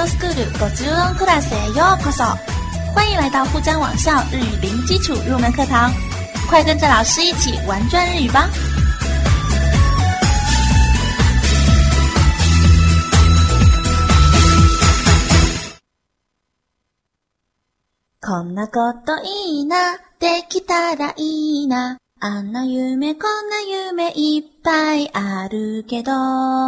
ドスクール50音クラスへようこそ！欢迎来到富江网校日语零基础入门课堂，快跟着老师一起玩转日语吧！こんなこといいな、できたらいいな。あんな夢こんな夢いっぱいあるけど。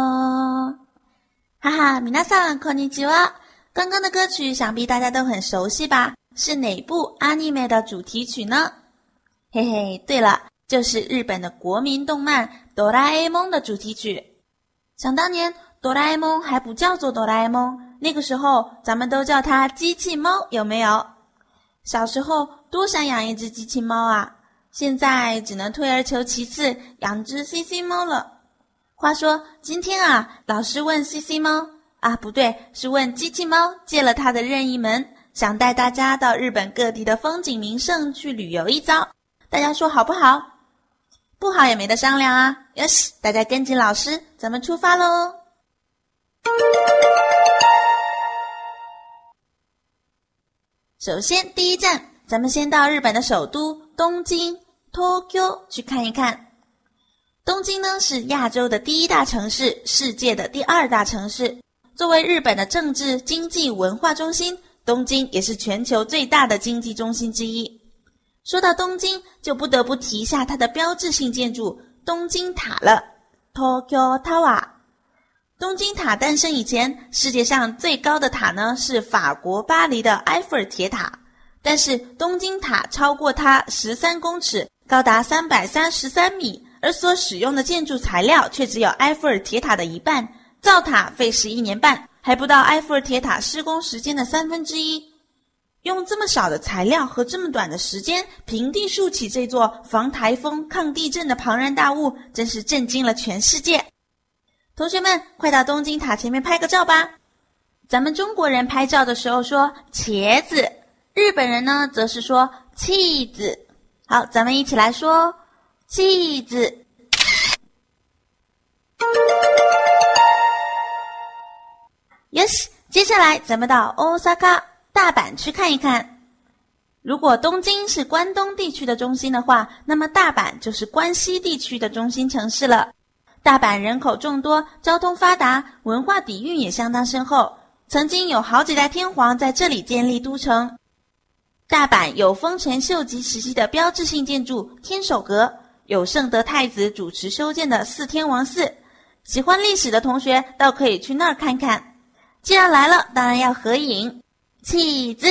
哈哈，皆さんこんにちは。刚刚的歌曲想必大家都很熟悉吧？是哪部 anime 的主题曲呢？嘿嘿，对了，就是日本的国民动漫哆啦 A 梦的主题曲。想当年哆啦 A 梦还不叫做哆啦 A 梦，那个时候咱们都叫它机器猫，有没有？小时候多想养一只机器猫啊，现在只能退而求其次，养只 CC 猫了。话说今天啊，老师问 CC 猫啊，不对，是问机器猫借了他的任意门，想带大家到日本各地的风景名胜去旅游一遭，大家说好不好？不好也没得商量啊！哟西，大家跟紧老师，咱们出发喽！首先第一站，咱们先到日本的首都东京 Tokyo 去看一看。东京呢是亚洲的第一大城市，世界的第二大城市。作为日本的政治、经济、文化中心，东京也是全球最大的经济中心之一。说到东京，就不得不提一下它的标志性建筑东京塔了 Tokyo Tower。东京塔诞生以前，世界上最高的塔呢是法国巴黎的埃菲尔铁塔，但是东京塔超过它13公尺，高达333米，而所使用的建筑材料却只有埃菲尔铁塔的一半，造塔费11年半，还不到埃菲尔铁塔施工时间的1/3。用这么少的材料和这么短的时间，平地竖起这座防台风、抗地震的庞然大物，真是震惊了全世界。同学们，快到东京塔前面拍个照吧。咱们中国人拍照的时候说茄子，日本人呢则是说气子。好，咱们一起来说气子。よし，接下来咱们到大阪大阪去看一看。如果东京是关东地区的中心的话，那么大阪就是关西地区的中心城市了。大阪人口众多，交通发达，文化底蕴也相当深厚，曾经有好几代天皇在这里建立都城。大阪有丰臣秀吉时期的标志性建筑天守阁，有圣德太子主持修建的四天王寺，喜欢历史的同学倒可以去那儿看看。既然来了，当然要合影，起子。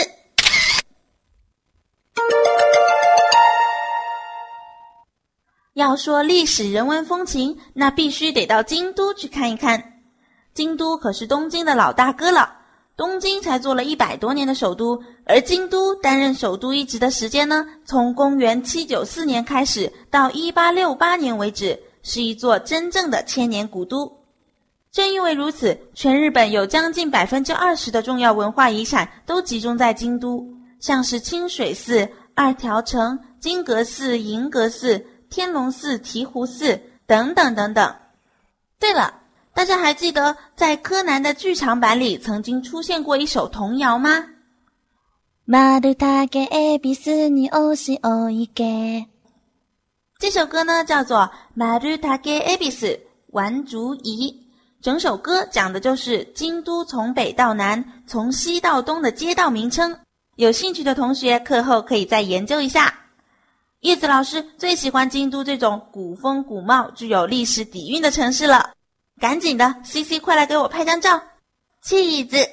要说历史人文风情，那必须得到京都去看一看。京都可是东京的老大哥了，东京才做了100多年的首都，而京都担任首都一职的时间呢，从公元794年开始到1868年为止，是一座真正的千年古都。正因为如此，全日本有将近20%的重要文化遗产都集中在京都，像是清水寺、二条城、金阁寺、银阁寺、天龙寺、醍醐寺等等等等。对了，大家还记得在柯南的剧场版里曾经出现过一首童谣吗？丸竹恵比寿におしおいけ。这首歌呢叫做丸竹恵比寿丸竹仪，整首歌讲的就是京都从北到南，从西到东的街道名称。有兴趣的同学课后可以再研究一下。叶子老师最喜欢京都这种古风古貌、具有历史底蕴的城市了。赶紧的 ，CC 快来给我拍张照，气子。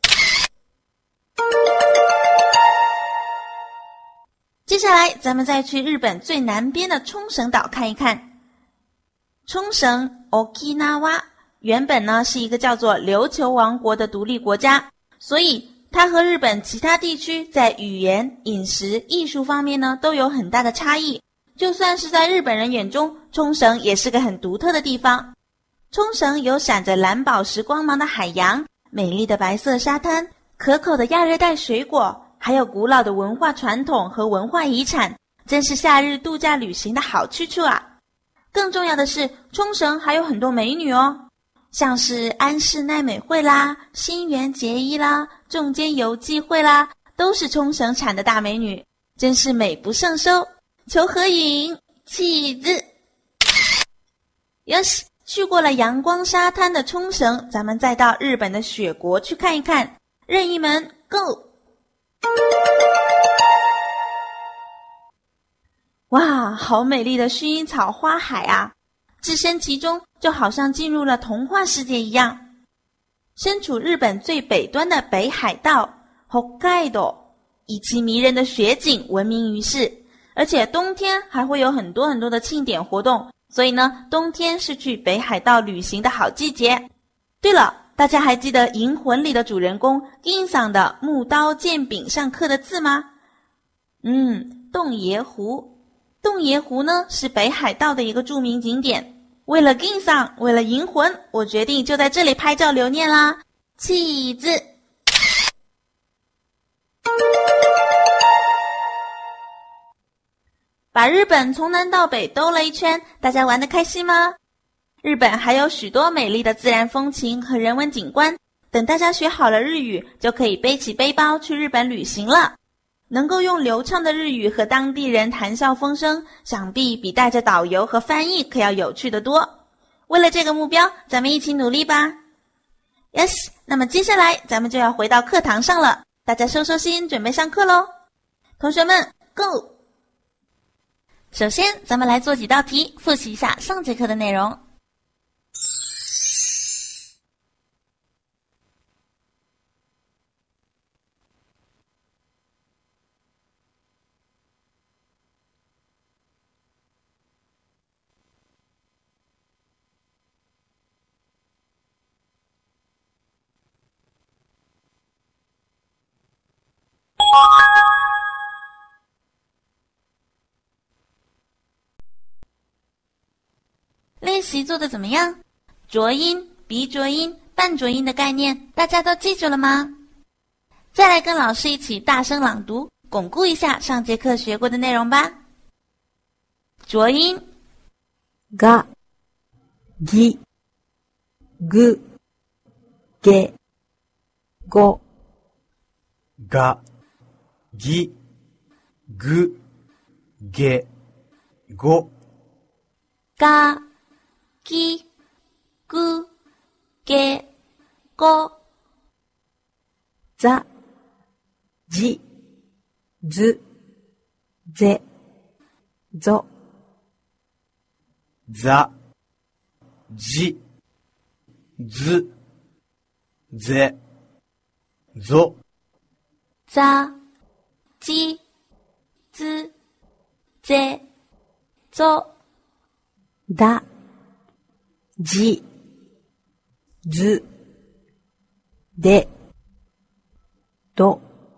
接下来咱们再去日本最南边的冲绳岛看一看。冲绳 Okinawa 原本呢是一个叫做琉球王国的独立国家，所以它和日本其他地区在语言、饮食、艺术方面呢都有很大的差异。就算是在日本人眼中，冲绳也是个很独特的地方。冲绳有闪着蓝宝石光芒的海洋，美丽的白色沙滩，可口的亚热带水果，还有古老的文化传统和文化遗产，真是夏日度假旅行的好去处啊！更重要的是，冲绳还有很多美女哦。 像是安室奈美惠啦、新垣结衣啦、仲间由纪惠啦，都是冲绳产的大美女，真是美不胜收。求合影，气质。哟西，去过了阳光沙滩的冲绳，咱们再到日本的雪国去看一看。任意门 ，Go！ 哇，好美丽的薰衣草花海啊！置身其中，就好像进入了童话世界一样。身处日本最北端的北海道 Hokkaido， 以其迷人的雪景闻名于世，而且冬天还会有很多的庆典活动，所以呢，冬天是去北海道旅行的好季节。对了，大家还记得《银魂》里的主人公银桑的木刀剑柄上刻的字吗？洞爷湖。洞爷湖呢，是北海道的一个著名景点。为了银桑，为了银魂，我决定就在这里拍照留念啦。气质。把日本从南到北兜了一圈，大家玩得开心吗？日本还有许多美丽的自然风情和人文景观，等大家学好了日语，就可以背起背包去日本旅行了。能够用流畅的日语和当地人谈笑风生，想必比带着导游和翻译可要有趣得多。为了这个目标，咱们一起努力吧。Yes， 那么接下来咱们就要回到课堂上了，大家收收心，准备上课咯。同学们 ，Go！ 首先，咱们来做几道题，复习一下上节课的内容。练习做得怎么样？浊音、鼻浊音、半浊音的概念，大家都记住了吗？再来跟老师一起大声朗读，巩固一下上节课学过的内容吧。浊音が、ぎ、ぐ、げ、ご。 が、ぎ、ぐ、げ、ご。 が、ぎ、ぐ、げ、ご。 ざ、じ、ず、ぜ、ぞ。 ざ、じ、ず、ぜ、ぞ。 ざ、じ、ず、ぜ、ぞ。 だ、じ、ず、で、ど。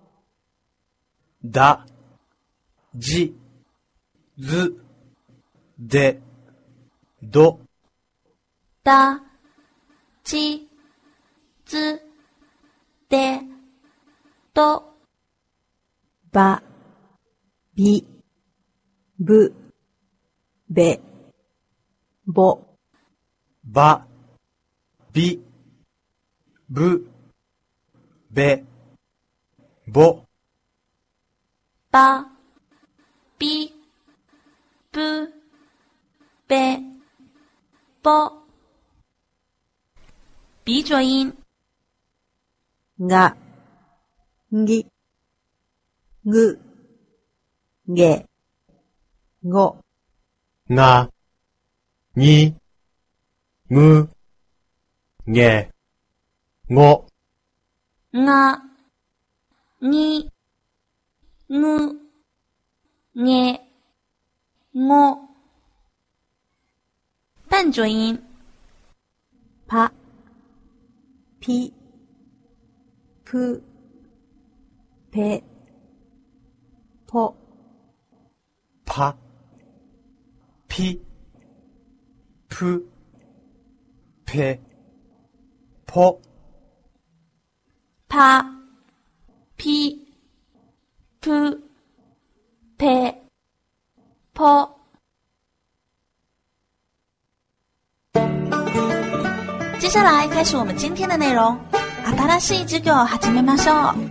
だ、じ、ず、で、ど。 だ、じ、ず、で、ど。 ば、び、ぶ、べ、ぼ。 ば、び、ぶ、べ、ぼ。 ば、び、ぶ、べ、ぼ。鼻浊音が、ぎ、ぐ、げ、ご。 が、に、ぐ、げ、ご。 が、に、ぐ、げ、ご。半浊音ぱ、ぴ、ぷ、ぺ、ぽ。 ぱ、ぴ、ぷ、ぺ、ぽ。 ぱ、ぴ、ぷ、ぺ、ぽ。 接下来开始我们今天的内容。新しい授業始めましょう。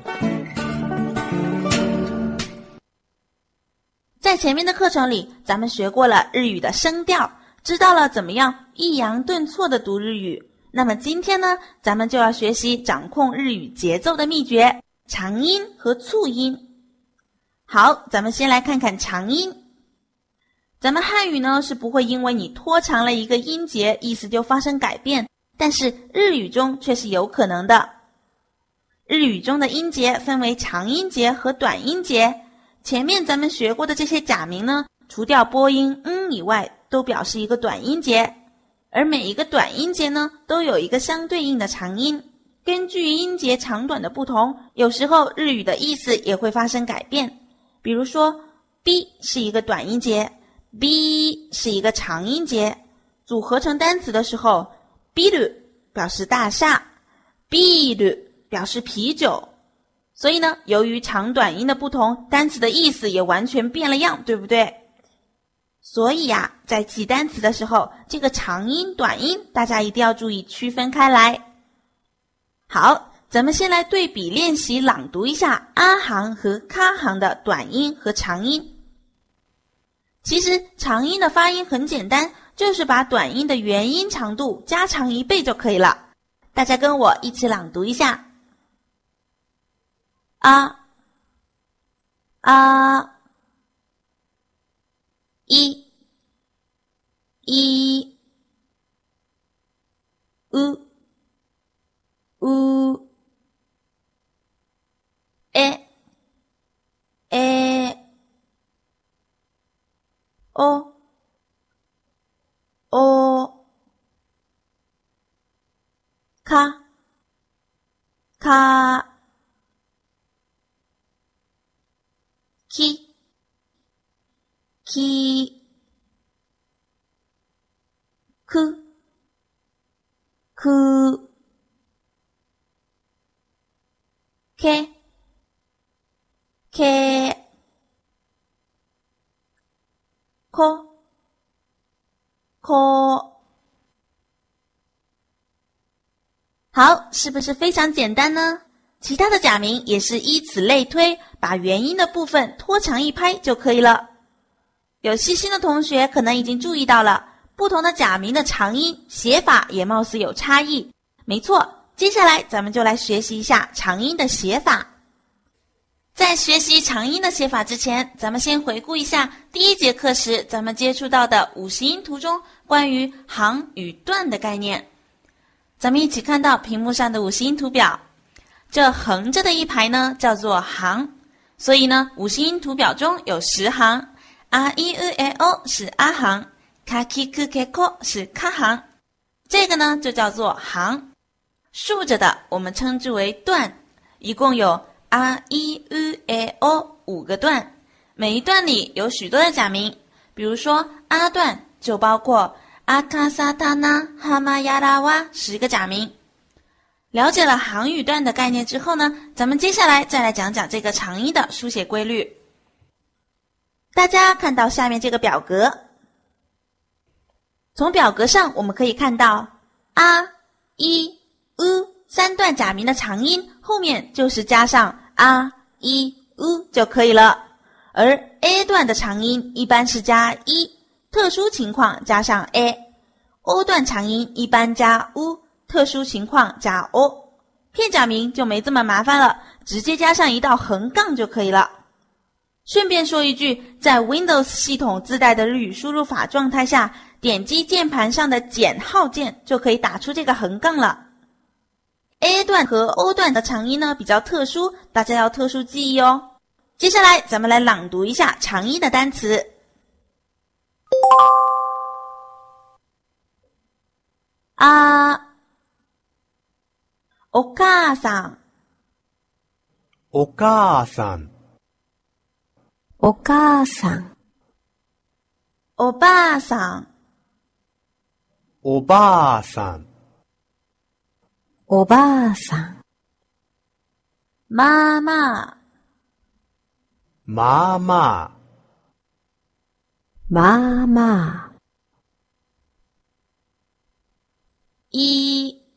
在前面的课程里，咱们学过了日语的声调，知道了怎么样抑扬顿挫的读日语。那么今天呢，咱们就要学习掌控日语节奏的秘诀，长音和促音。好，咱们先来看看长音。咱们汉语呢是不会因为你拖长了一个音节，意思就发生改变，但是日语中却是有可能的。日语中的音节分为长音节和短音节。前面咱们学过的这些假名呢，除掉播音以外，都表示一个短音节。而每一个短音节呢，都有一个相对应的长音。根据音节长短的不同，有时候日语的意思也会发生改变。比如说 B 是一个短音节， B 是一个长音节。组合成单词的时候， ビル表示大厦， ビール表示啤酒。所以呢，由于长短音的不同，单词的意思也完全变了样，对不对？所以呀，在记单词的时候，这个长音、短音，大家一定要注意区分开来。好，咱们先来对比练习朗读一下啊行和咔行的短音和长音。其实长音的发音很简单，就是把短音的元音长度加长1倍就可以了。大家跟我一起朗读一下。啊啊一うえおかきくけこ好，是不是非常简单呢？其他的假名也是依此类推，把元音的部分拖长一拍就可以了。有细心的同学可能已经注意到了，不同的假名的长音写法也貌似有差异。没错，接下来咱们就来学习一下长音的写法。在学习长音的写法之前，咱们先回顾一下第一节课时咱们接触到的50音图中关于行与段的概念。咱们一起看到屏幕上的50音图表，这横着的一排呢叫做行，所以呢50音图表中有10行，あいうえお是啊行，かきくけこ是か行，这个呢就叫做行。竖着的我们称之为段，一共有あいうえお5个段，每一段里有许多的假名，比如说啊段就包括阿卡萨塔纳哈玛亚拉哇10个假名。了解了行与段的概念之后呢，咱们接下来再来讲讲这个长音的书写规律。大家看到下面这个表格，从表格上我们可以看到啊、一、3段假名的长音后面就是加上啊、一、就可以了。而 A 段的长音一般是加一，特殊情况加上 A。O 段长音一般加 U， 特殊情况加 O。片假名就没这么麻烦了，直接加上一道横杠就可以了。顺便说一句，在 Windows 系统自带的日语输入法状态下，点击键盘上的减号键就可以打出这个横杠了。A 段和 O 段的长音呢比较特殊，大家要特殊记忆哦。接下来咱们来朗读一下长音的单词。あ、お母さん、 お母さん、 お母さん、 おばあさん、 おばあさん、 おばあさん、 妈妈、 まあまあ、 まあまあ、 一、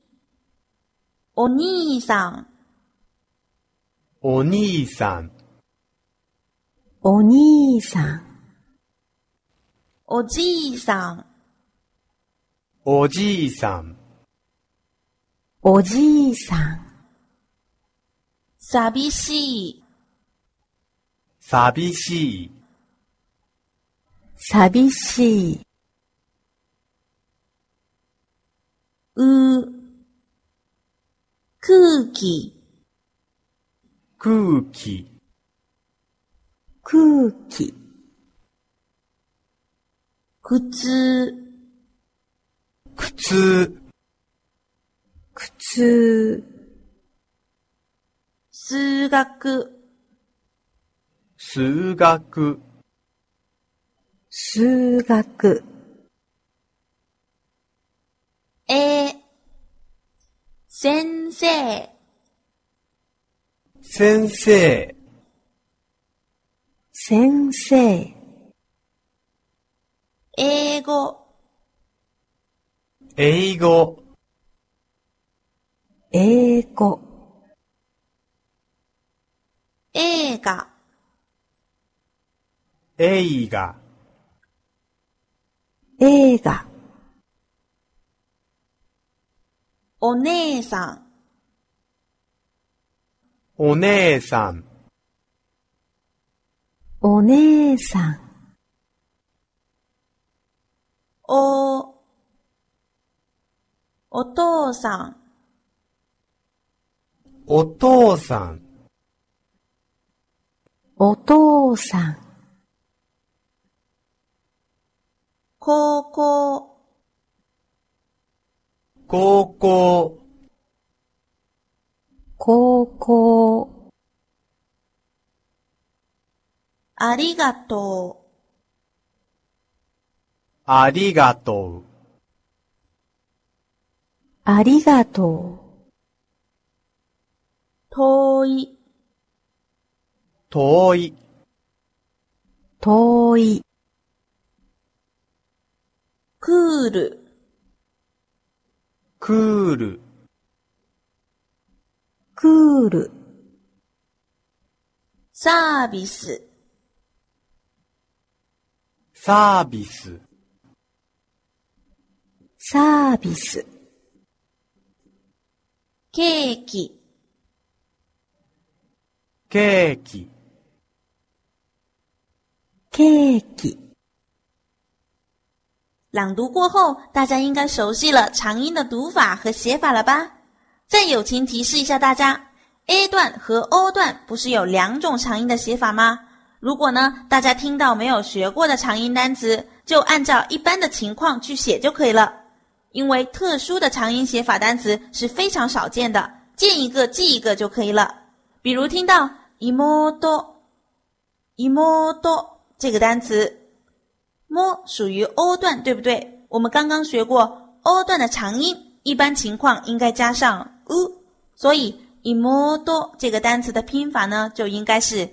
お兄さん、 お兄さん、 お兄さん、 おじいさん、 おじいさん、 おじいさん、 寂しい、 寂しい、 寂しい、 空気、 空気、 空気、 靴、 靴、 靴、 数学、 数学、 数学、 先生、 先生、 先生、 英語、 英語、 英語、 映画、 映画、 映画、 お姉さん、 お姉さん、 お姉さん、 お父さん、 お父さん、 お父さん、 高校、 高校、 高校、 ありがとう、 ありがとう、 ありがとう、 遠い、 遠い、 遠い、 クール、 クール、 クール、 サービス、 サービス、 サービス、 ケーキ、 ケーキ、 ケーキ。 朗读过后，大家应该熟悉了长音的读法和写法了吧？再友情提示一下大家 ，A 段和 O 段不是有两种长音的写法吗？如果呢，大家听到没有学过的长音单词，就按照一般的情况去写就可以了。因为特殊的长音写法单词是非常少见的，见一个记一个就可以了。比如听到妹这个单词，摸属于 O 段，对不对？我们刚刚学过 O 段的长音，一般情况应该加上 u， 所以妹这个单词的拼法呢，就应该是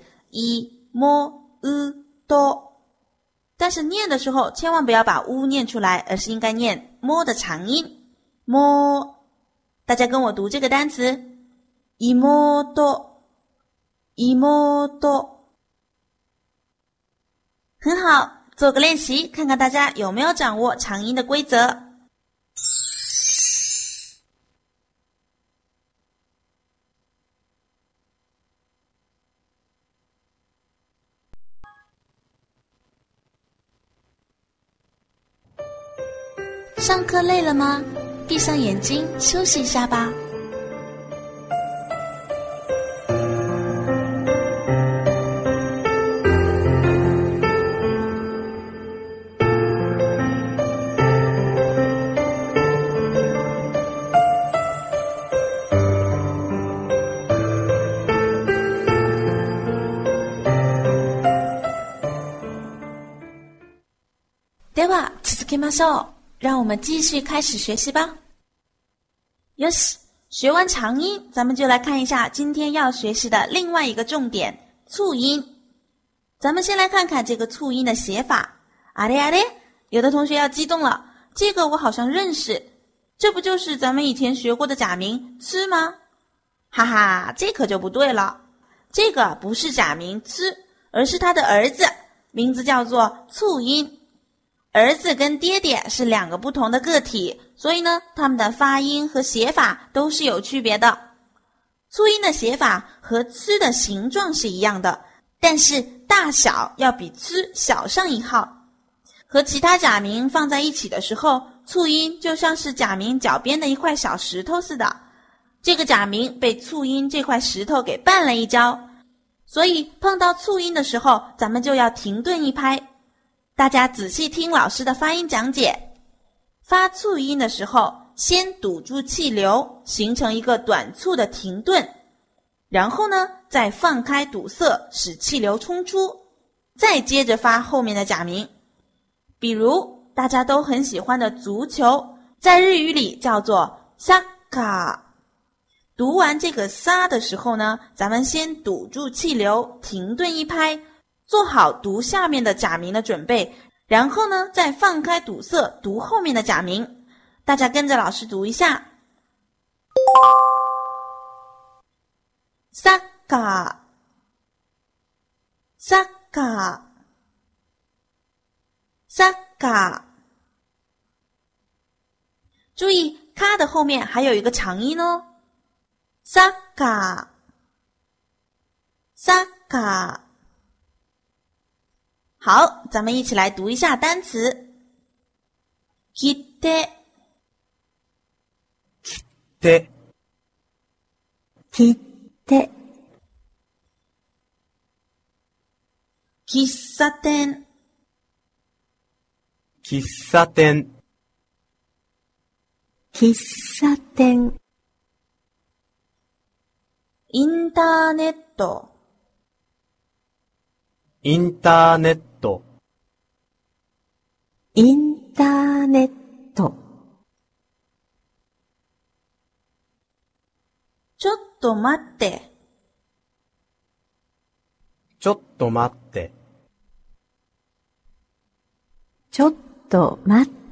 妹但是念的时候千万不要把 u 念出来，而是应该念摸的长音摸。大家跟我读这个单词妹，很好，做个练习，看看大家有没有掌握长音的规则。上课累了吗？闭上眼睛休息一下吧。では続けましょう。让我们继续开始学习吧。よし，学完长音，咱们就来看一下今天要学习的另外一个重点——促音。咱们先来看看这个促音的写法。啊嘞啊嘞，有的同学要激动了，这个我好像认识。 这不就是咱们以前学过的假名吃吗？哈哈，这可就不对了。这个不是假名吃，而是他的儿子，名字叫做促音。儿子跟爹爹是两个不同的个体，所以呢，他们的发音和写法都是有区别的。促音的写法和吃的形状是一样的，但是大小要比吃小上一号。和其他假名放在一起的时候，促音就像是假名脚边的一块小石头似的。这个假名被促音这块石头给绊了一跤，所以碰到促音的时候，咱们就要停顿一拍。大家仔细听老师的发音讲解。发促音的时候，先堵住气流，形成一个短促的停顿，然后呢，再放开堵塞，使气流冲出，再接着发后面的假名。比如大家都很喜欢的足球，在日语里叫做サッカー。读完这个撒的时候呢，咱们先堵住气流，停顿一拍，做好读下面的假名的准备，然后呢，再放开堵塞，读后面的假名。大家跟着老师读一下。サッカー、サッカー、サッカー。注意，卡的后面还有一个长音哦。サッカー、サッカー。好，咱们一起来读一下单词。切手、 で、 切手、 喫茶店、 喫茶店、 喫茶店、 インターネット、 インターネット、 インターネット。 ちょっと待って、 ちょっと待って、 ちょっと待って。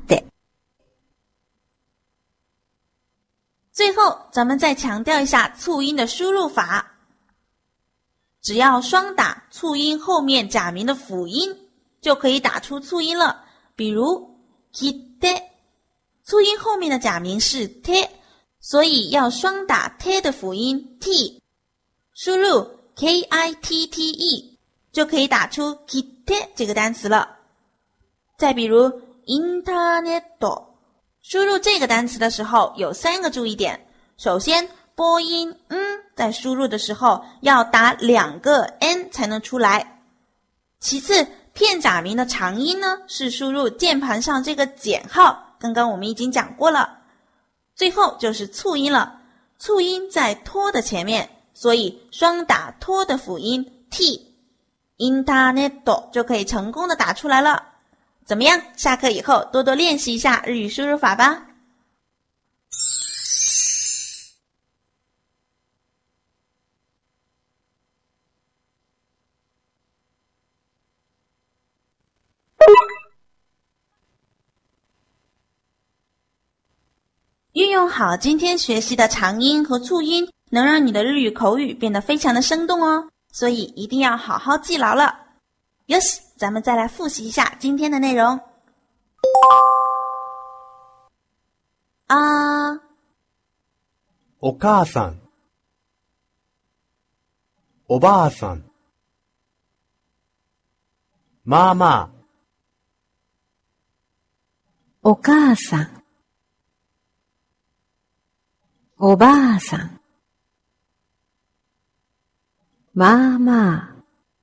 最后，咱们再强调一下促音的输入法。只要双打促音后面假名的辅音，就可以打出促音了。比如 kite， 促音后面的假名是 te， 所以要双打 te 的辅音 t， 输入 kitte 就可以打出 kite 这个单词了。再比如 internet， 输入这个单词的时候有3个注意点。首先，播音在输入的时候要打2个 n 才能出来。其次，片假名的长音呢是输入键盘上这个减号，刚刚我们已经讲过了。最后就是促音了，促音在拖的前面，所以双打拖的辅音 t， internet 就可以成功的打出来了。怎么样？下课以后多多练习一下日语输入法吧。运用好今天学习的长音和促音，能让你的日语口语变得非常的生动哦，所以一定要好好记牢了。よし，咱们再来复习一下今天的内容。啊， お母さん、おばあさん、まあまあ、 お母さん、おばあさん、まあまあ、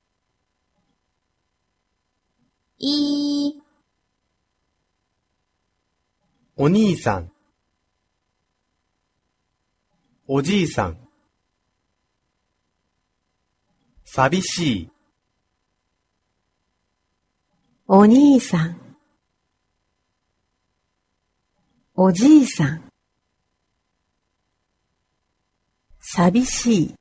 一、 お兄さん、おじいさん、寂しい、 お兄さん、おじいさん、寂しい、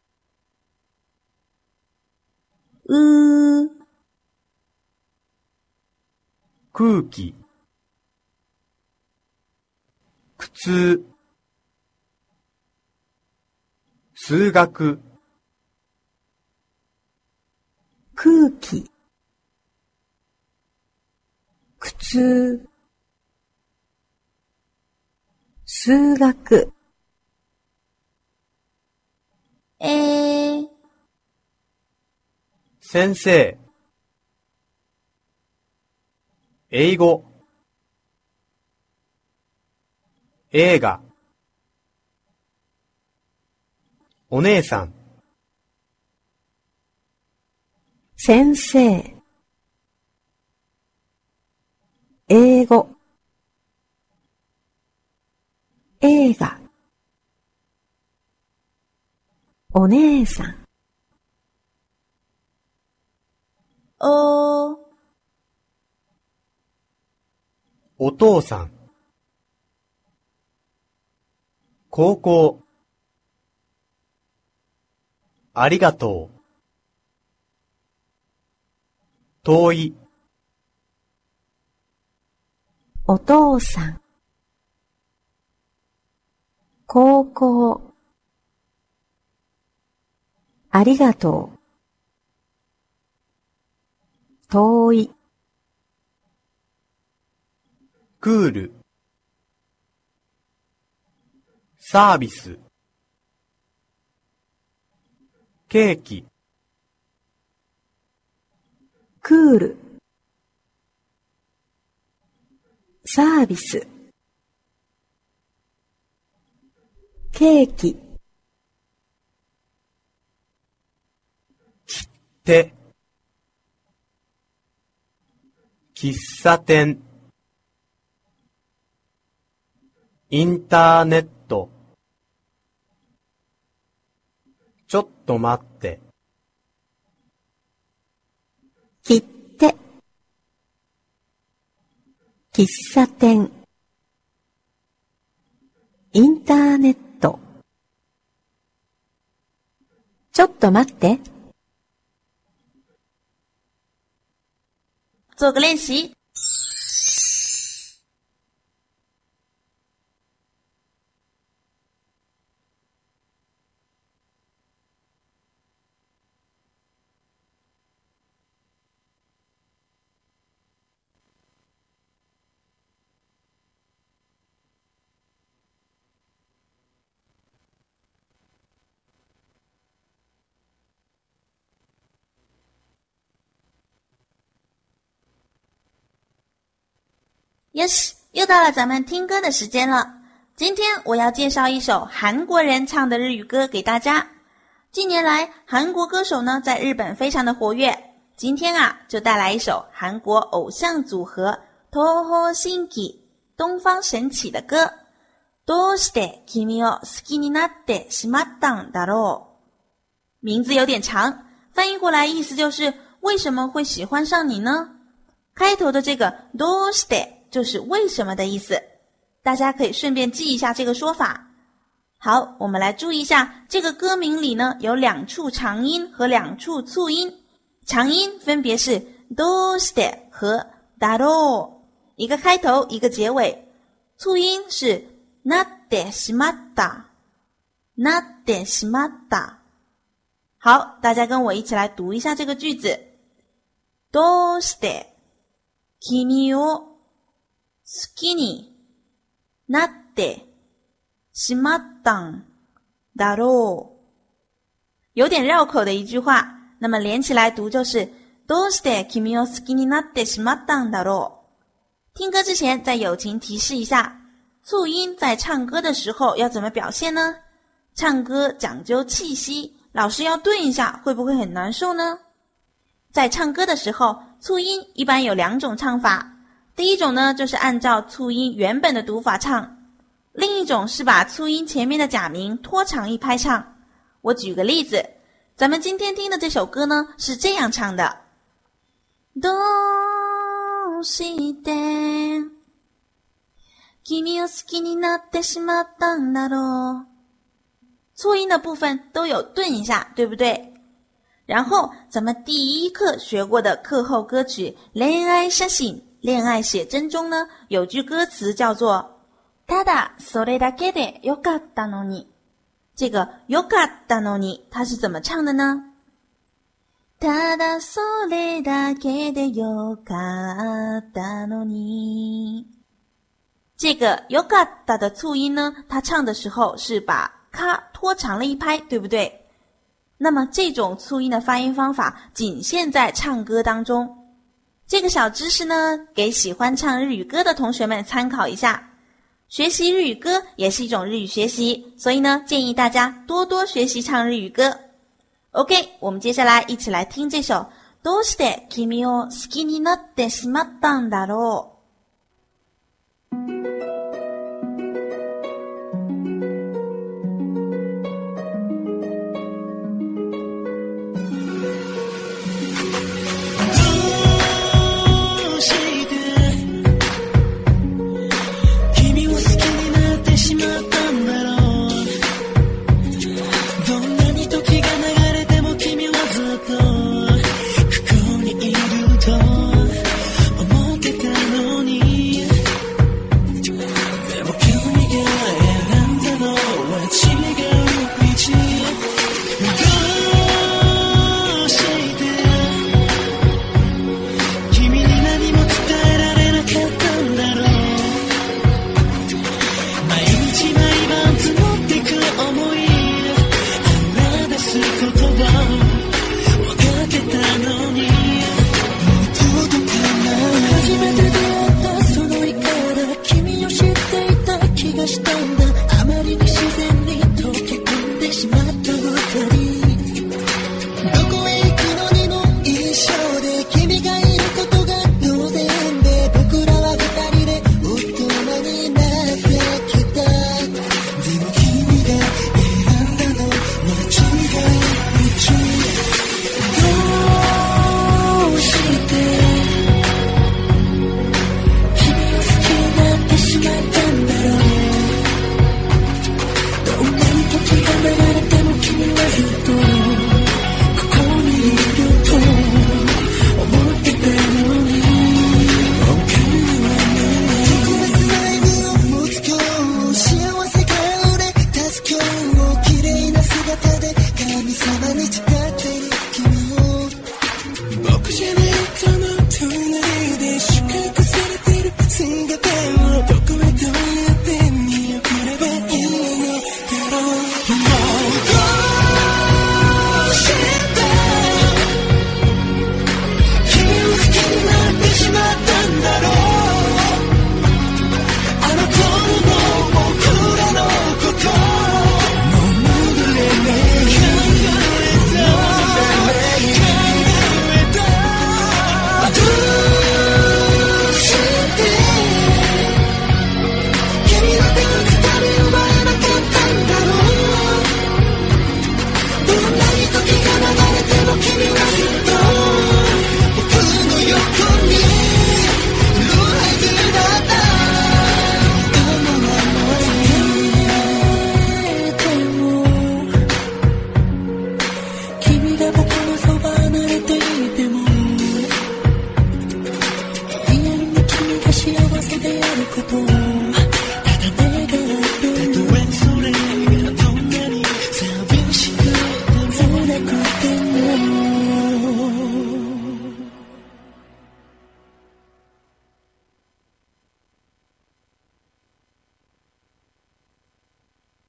空気、 通、数学、 空気、苦痛、数学、 先生、英語、映画、お姉さん、 先生、英語、映画、お姉さん、 お父さん、高校、ありがとう、遠い、 お父さん、高校、ありがとう、遠い、 クール、サービス、ケーキ、 クール、サービス、ケーキ、 手、喫茶店、インターネット、ちょっと待って、 切手、喫茶店、インターネット、ちょっと待って。 做个练习。Yes， 又到了咱们听歌的时间了。今天我要介绍一首韩国人唱的日语歌给大家。近年来，韩国歌手呢在日本非常的活跃。今天啊，就带来一首韩国偶像组合 Toho Shinki 东方神起的歌。どうして君を好きになってしまったんだろう？名字有点长，翻译过来意思就是为什么会喜欢上你呢？开头的这个どうして就是为什么的意思，大家可以顺便记一下这个说法。好，我们来注意一下，这个歌名里呢有2处长音和2处促音，长音分别是どうして和だろう，一个开头一个结尾，促音是なってしまった、なってしまった。好，大家跟我一起来读一下这个句子。どうして君を好きになってしまったんだろう。有点绕口的一句话，那么连起来读就是どうして君を好きになってしまったんだろう。听歌之前再友情提示一下，促音在唱歌的时候要怎么表现呢？唱歌讲究气息，老师要顿一下，会不会很难受呢？在唱歌的时候，促音一般有2种唱法。第一种呢，就是按照促音原本的读法唱，另一种是把促音前面的假名拖长一拍唱。我举个例子，咱们今天听的这首歌呢，是这样唱的。どうして君を好きになってしまったんだろう。促音的部分都有顿一下，对不对？然后咱们第一课学过的课后歌曲恋愛写真恋爱写真中呢，有句歌词叫做ただそれだけでよかったのに。这个よかったのに，它是怎么唱的呢？ただそれだけでよかったのに。这个よかった的促音呢，它唱的时候是把咔拖长了一拍，对不对？那么这种促音的发音方法仅限在唱歌当中。这个小知识呢，给喜欢唱日语歌的同学们参考一下。学习日语歌也是一种日语学习，所以呢，建议大家多多学习唱日语歌。OK， 我们接下来一起来听这首どうして君を好きになってしまったんだろう。